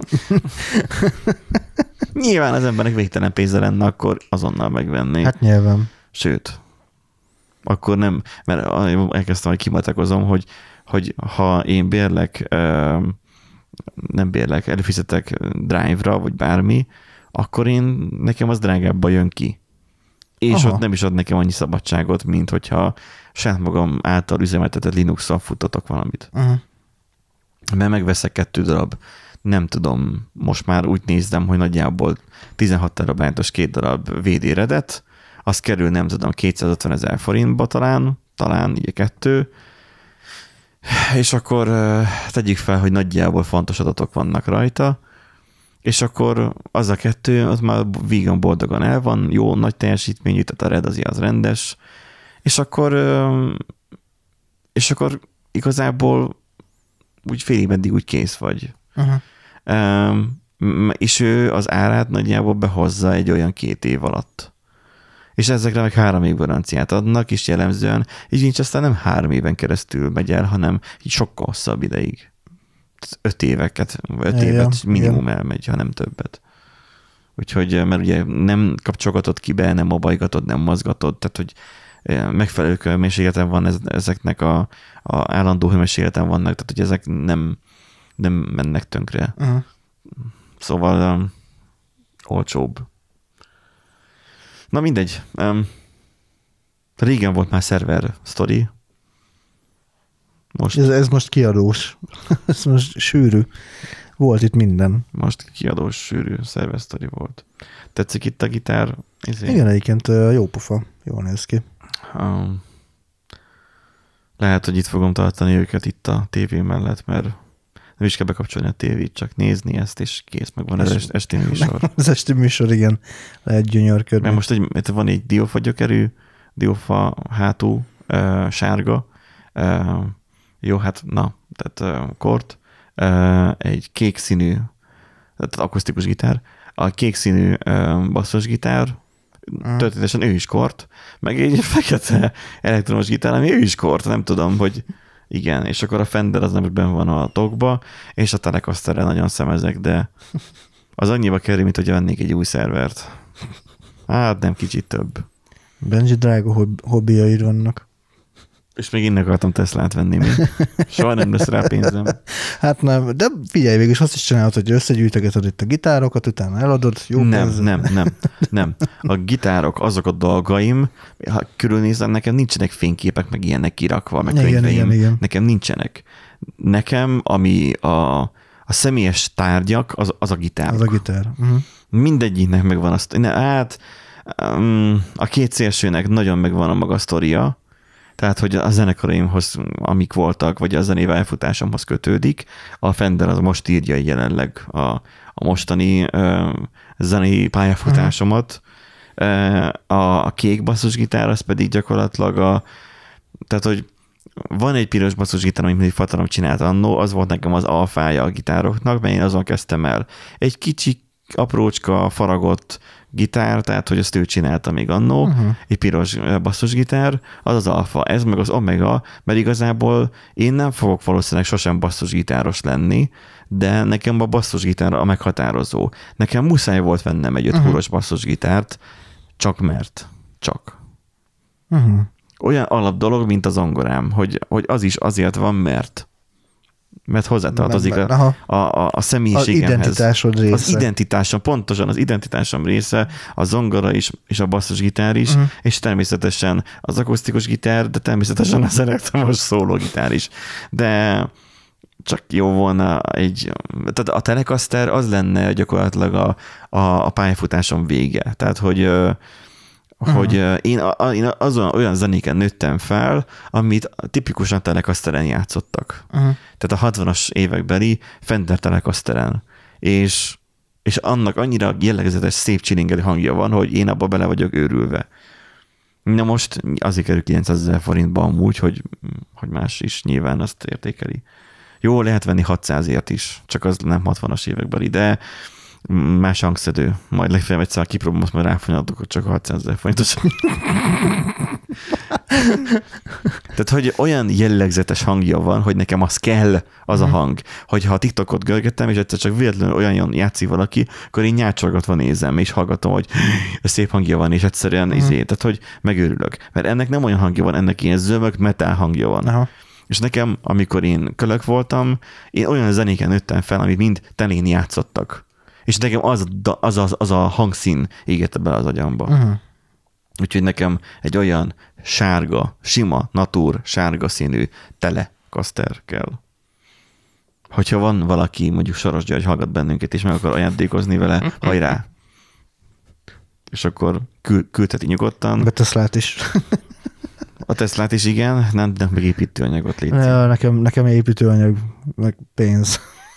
Nyilván az embernek végtelen pénze lenne, akkor azonnal megvenni. Hát nyilván. Sőt, akkor nem, mert elkezdtem, hogy kimatakozom, hogy, hogy ha én bérlek, nem bérlek, előfizetek Drive-ra, vagy bármi, akkor én, nekem az drágábban jön ki. És Aha. ott nem is ad nekem annyi szabadságot, mint hogyha saját magam által üzemeltetett Linux-szal futtatok valamit. Uh-huh. Mert megveszek kettő darab, nem tudom, most már úgy nézem, hogy nagyjából tizenhat terabájtos két darab vé dé redet, az kerül, nem tudom, kétszázötven ezer forintba talán, talán így kettő, és akkor tegyük fel, hogy nagyjából fontos adatok vannak rajta, és akkor az a kettő, az már vígan boldogan el van, jó, nagy teljesítményű, tehát a red az, az rendes, és akkor és akkor igazából úgy félig meddig úgy kész vagy. Uh-huh. Um, és ő az árát nagyjából behozza egy olyan két év alatt. És ezekre meg három év garanciát adnak, és jellemzően így nincs, aztán nem három éven keresztül megy el, hanem így sokkal hosszabb ideig. Öt éveket, öt ja, évet minimum ja. elmegy, ha nem többet. Úgyhogy, mert ugye nem kapcsolgatod ki be, nem mobajgatod, nem mozgatod, tehát hogy megfelelő hőmérsékleten van ez, ezeknek a, a állandó hőmérsékleten vannak, tehát hogy ezek nem, nem mennek tönkre. Uh-huh. Szóval um, olcsóbb. Na mindegy. Um, régen volt már szerver sztori. Most. Ez, ez most kiadós. Ez most sűrű. Volt itt minden. Most kiadós, sűrű szerver sztori volt. Tetszik itt a gitár? Ezért? Igen, egyébként jó pofa. Jól néz ki. Um, lehet, hogy itt fogom tartani őket itt a tévé mellett, mert nem is kell bekapcsolni a tévét, csak nézni ezt, és kész, meg van az es, esti műsor. Az esti műsor, igen, lehet gyönyörködni. Mert most egy, van egy diófa gyökerű, diófa hátú, uh, sárga, uh, jó, hát na, tehát uh, kort, uh, egy kék színű, tehát akusztikus gitár, a kék színű uh, basszusgitár, Mm. történetesen ő is kort, meg egy fekete elektromos gitár, ami ő is kort, nem tudom, hogy igen, és akkor a Fender az nem benne van a tokba, és a Telecasterre nagyon szemezek, de az annyiba kerül, mint hogy vennék egy új szervert. Hát nem kicsit több. Benji drága hobb- hobbiaid vannak. És még én akartam Teslát venni még. Soha nem lesz rá pénzem. Hát nem, de figyelj, végig azt is csinálod, hogy összegyűjtögeted itt a gitárokat, utána eladod. Jó nem, pénz. nem, nem, nem. A gitárok, azok a dolgaim, ha körülnézem, nekem nincsenek fényképek, meg ilyenek kirakva, meg igen, könyveim. igen, igen. Nekem nincsenek. Nekem, ami a, a személyes tárgyak, az, az a gitár. Az a gitár. Uh-huh. Mindegyiknek megvan azt. Ne, hát um, a két szélsőnek nagyon megvan a maga sztoria, tehát, hogy a zenekaraimhoz, amik voltak, vagy a zenével elfutásomhoz kötődik. A Fender az most írja jelenleg a, a mostani uh, zenei pályafutásomat. Uh-huh. A, a kék basszusgitár az pedig gyakorlatilag a, tehát, hogy van egy piros basszusgitár, amit mindig fatanom csinált annó, az volt nekem az alfája a gitároknak, mert én azon kezdtem el. Egy kicsi, aprócska, faragott gitár, tehát, hogy azt ő csinálta még annó, uh-huh. egy piros basszusgitár, az az alfa, ez meg az omega, mert igazából én nem fogok valószínűleg sosem basszusgitáros lenni, de nekem a basszusgitár a meghatározó. Nekem muszáj volt vennem egy öt uh-huh. húros basszusgitárt, csak mert. Csak. Uh-huh. Olyan alap dolog, mint az zongorám, hogy, hogy az is azért van, mert mert hozzátartozik a, a, a, a személyiségemhez. Az identitásod része. Az identitásom, pontosan az identitásom része, a zongora is, és a basszusgitár is, uh-huh. és természetesen az akusztikus gitár, de természetesen az elektromos szólógitár is. De csak jó volna egy, tehát a Telecaster az lenne gyakorlatilag a, a, a pályafutásom vége. Tehát, hogy Uh-huh. hogy én, én azon olyan zenéken nőttem fel, amit tipikusan Telecasteren játszottak. Uh-huh. Tehát a hatvanas évekbeli Fender Telecasteren. És, és annak annyira jellegzetes, szép csilingelő hangja van, hogy én abba bele vagyok őrülve. Na most azért kerül kilencszázezer forintba amúgy, hogy, hogy más is nyilván azt értékeli. Jó, lehet venni hatszázért is, csak az nem hatvanas évekbeli, de más hangszedő. Majd legfeljebb egyszer kipróbálom, azt majd ráfonyadok, hogy csak hatszázezer forintos. Tehát, hogy olyan jellegzetes hangja van, hogy nekem az kell, az a hang. Hogyha a TikTokot görgettem, és egyszer csak véletlenül olyan játszik valaki, akkor én nyácsorgatva nézem, és hallgatom, hogy szép hangja van, és egyszerűen uh-huh. izé, tehát, hogy megőrülök. Mert ennek nem olyan hangja van, ennek ilyen zömök, metal hangja van. Uh-huh. És nekem, amikor én kölök voltam, én olyan zenéken nőttem fel, amit mind telén játszottak. És nekem az, az, az, az a hangszín égette bele az agyamba. Uh-huh. Úgyhogy nekem egy olyan sárga, sima, natúr, sárga színű Telecaster kell. Hogyha van valaki, mondjuk Soros György hallgat bennünket, és meg akar ajándékozni vele, hajrá! És akkor kül- küldheti nyugodtan. A Teslát is. A Teslát is, igen, nem, nem meg építőanyagot légy. Ja, nekem, nekem építőanyag, meg pénz.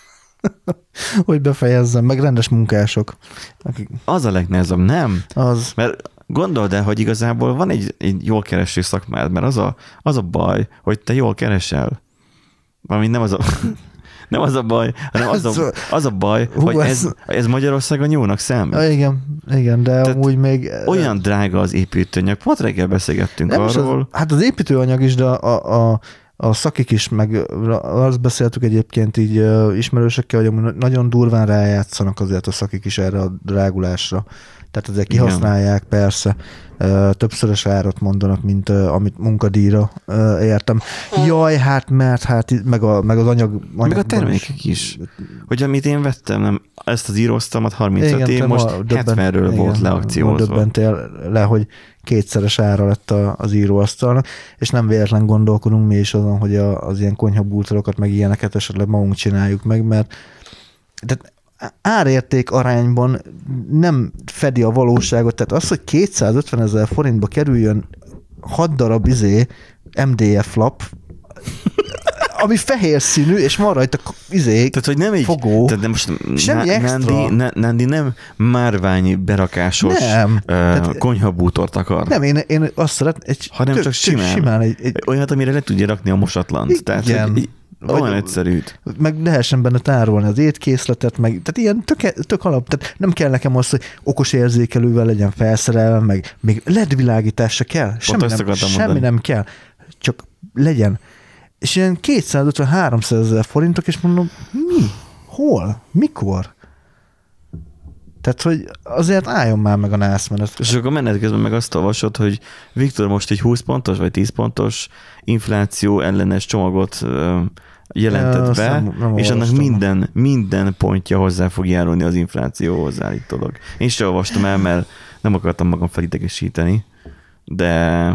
Hogy befejezzem, meg rendes munkások. Akik... Az a legnehezebb, nem? Az. Mert gondold el, hogy igazából van egy, egy jól kereső szakmád, mert az a, az a baj, hogy te jól keresel. Ami nem az a, nem az a baj, hanem az a, az a baj, Hú, hogy ez, ez Magyarországon jónak számít. Ja, igen, igen, de tehát amúgy még... Olyan drága az építőanyag. Pont reggel beszélgettünk nem arról. Az, hát az építőanyag is, de a, a, a szakik is, meg azt beszéltük egyébként így uh, ismerősökkel, hogy nagyon durván rájátszanak azért a szakik is erre a drágulásra. Tehát azért kihasználják, igen. Persze. Uh, többszörös árat mondanak, mint uh, amit munkadíjra uh, értem. Jaj, hát mert hát meg, a, meg az anyag... Meg a termékek is. is. Hogy amit én vettem, nem, ezt az íróztamat harmincöt év, most hetvenről igen, volt leakciózva. Döbbentél le, hogy kétszeres ára lett a, az íróasztalnak, és nem véletlen gondolkodunk mi is azon, hogy a, az ilyen konyhabútorokat, meg ilyeneket esetleg magunk csináljuk meg, mert tehát árérték arányban nem fedi a valóságot, tehát az, hogy kétszázötven ezer forintba kerüljön hat darab izé em dé ef lap, ami fehér színű, és van rajta izé, tehát, hogy nem egy, fogó, tehát nem most semmi extra. Nandi, ne, Nandi nem márványi berakásos nem. Uh, tehát, konyhabútort akar. Nem, én, én azt szeretném, egy hanem tök, csak simán. simán egy, egy, olyat, amire le tudja rakni a mosatlant. Igen. Tehát, hogy, olyan egyszerűt. Meg lehessen benne tárolni az étkészletet, meg, tehát ilyen tök, tök alap, tehát nem kell nekem az, hogy okos érzékelővel legyen felszerelve, meg még el é dé világítás se kell. Semmi, nem, semmi nem kell. Csak legyen. És ilyen kétszázötven-háromszázezer forintok, és mondom, mi? Hol? Mikor? Tehát, hogy azért álljon már meg a nász menet. És akkor menet közben meg azt olvasod, hogy Viktor most egy húsz pontos vagy tíz pontos infláció ellenes csomagot jelentett be, nem, nem és annak minden, minden pontja hozzá fog járulni az inflációhoz állítólag. Én sem olvastam el, mert nem akartam magam felidegesíteni, de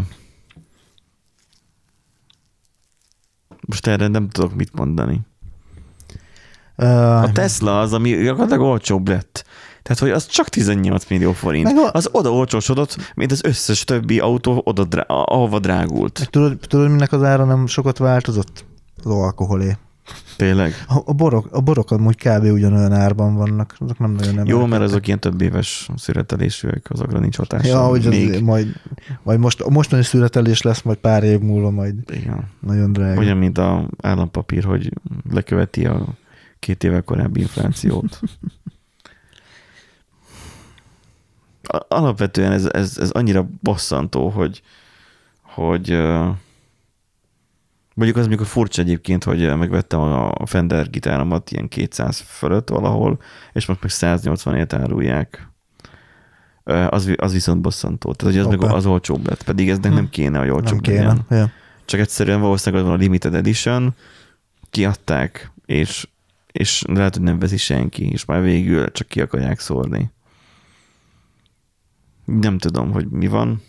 most erre nem tudok mit mondani. Uh, a Tesla az, ami gyakorlatilag olcsóbb lett. Tehát, hogy az csak tizennyolc millió forint. A... Az oda olcsósodott, mint az összes többi autó, oda drá... ahova drágult. Tudod, tudod, minek az ára nem sokat változott? Az alkoholé. Tényleg? A, a, borok, a borok amúgy kb. Ugyanolyan árban vannak. Azok nem nagyon nem Jó, elkezdtek. Mert azok ilyen több éves szüretelésűek, azokra nincs hatása. Ja, hogy az, majd, majd most, mostani szüretelés lesz, majd pár év múlva majd igen. Nagyon drága. Olyan, mint az állampapír, hogy leköveti a két évvel korábbi inflációt. Alapvetően ez, ez, ez annyira bosszantó, hogy, hogy mondjuk az amikor furcsa egyébként, hogy megvettem a Fender gitáromat ilyen kétszáz fölött valahol, és most meg száznyolcvanért árulják. Az, az viszont bosszantó. Tehát, hogy az Opa. meg az olcsóbb lett, pedig ez nem kéne, hogy olcsóbb nem legyen. Kéne. Ja. Csak egyszerűen valószínűleg van a limited edition, kiadták, és, és lehet, hogy nem veszi senki, és már végül csak ki akarják szórni. Nem tudom, hogy mi van.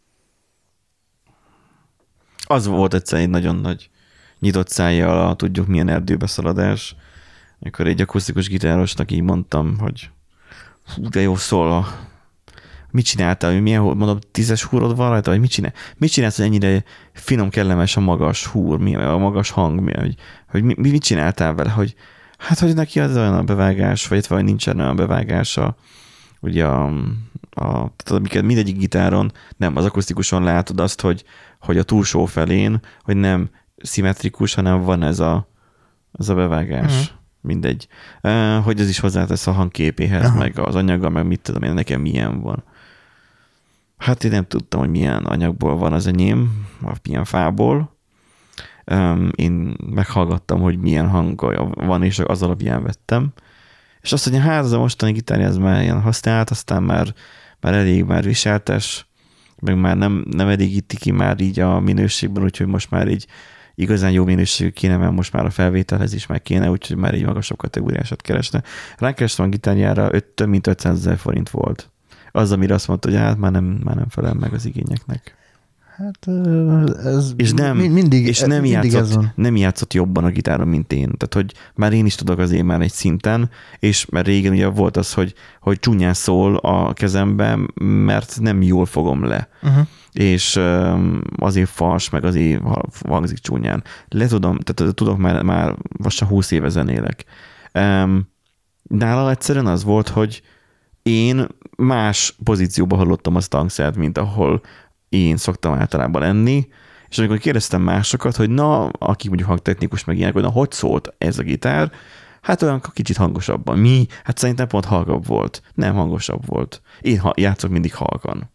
Az volt egyszer egy nagyon nagy nyitott szájjal a tudjuk milyen erdőbe szaladás, amikor egy akusztikus gitárosnak így mondtam, hogy hú, de jó szól. Mit csináltál, hogy milyen, mondom, tízes húrod van rajta, vagy mit csinál? Mit csinálsz, hogy ennyire finom, kellemes a magas húr, mi, a magas hang, mi, hogy, hogy mi, mit csináltál vele, hogy hát, hogy neki az olyan a bevágás, vagy vagy nincsen olyan bevágása, ugye a, a, tehát amiket mindegyik gitáron, nem, az akusztikuson látod azt, hogy, hogy a túlsó felén, hogy nem szimmetrikus, hanem van ez a, ez a bevágás. Uh-huh. Mindegy. Uh, hogy ez is hozzátesz a hangképéhez, uh-huh. meg az anyaggal, meg mit tudom én, nekem milyen van. Hát én nem tudtam, hogy milyen anyagból van az enyém, milyen fából. Um, én meghallgattam, hogy milyen hangja van, és az alapján vettem. És azt mondja, hát az a mostani gitárja az már ilyen használt, aztán már, már elég már viseltes, meg már nem, nem elégíti ki már így a minőségben, úgyhogy most már így igazán jó minőségű kéne, mert most már a felvételhez is meg kéne, úgyhogy már egy magasabb kategóriásat keresne. Rákerestem a gitárjára, öt, több mint ötszázezer forint volt. Az, amire azt mondta, hogy hát már nem, már nem felel meg az igényeknek. Hát ez és nem, mindig, és nem, mindig játszott, nem játszott jobban a gitáron, mint én. Tehát, hogy már én is tudok azért már egy szinten, és mert régen ugye volt az, hogy, hogy csúnyán szól a kezemben, mert nem jól fogom le. Uh-huh. És azért fals, meg azért hangzik csúnyán. Le tudom, tehát tudok már, már most a húsz éve zenélek. Nála egyszerűen az volt, hogy én más pozícióba hallottam azt a hangszert, mint ahol én szoktam általában lenni, és amikor kérdeztem másokat, hogy na, aki mondjuk hangtechnikus meg ilyenek, hogy na, hogy szólt ez a gitár, hát olyan kicsit hangosabban. Mi? Hát szerintem pont halkabb volt. Nem hangosabb volt. Én játszok mindig halkan.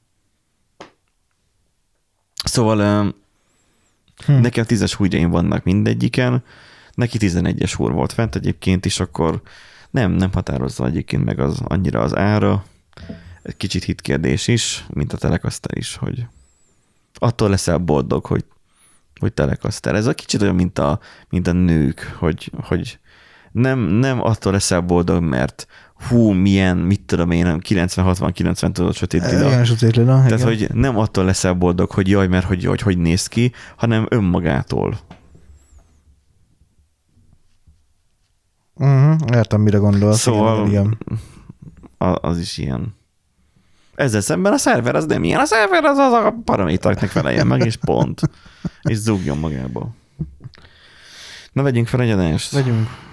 Szóval hm. nekem tízes húrjaim vannak mindegyiken, neki tizenegyes húr volt fent egyébként is, akkor nem, nem határozza egyébként meg az, annyira az ára. Egy kicsit hitkérdés is, mint a Telecaster is, hogy attól leszel boldog, hogy, hogy Telecaster. Ez a kicsit olyan, mint a, mint a nők, hogy, hogy nem, nem attól leszel boldog, mert hú, milyen, mit tudom én, kilencven hatvan kilencven tudod sötét lila. Igen, sötét lila. Tehát, igen. hogy nem attól leszel boldog, hogy jaj, mert hogy, hogy hogy néz ki, hanem önmagától. Uh-huh, értem, mire gondolsz. Szóval igen, az is ilyen. Ezzel szemben a szerver az nem ilyen. A szerver az az a paramétereknek feleljen meg, és pont. És zúgjon magába. Na, vegyünk fel egy adást. Vegyünk.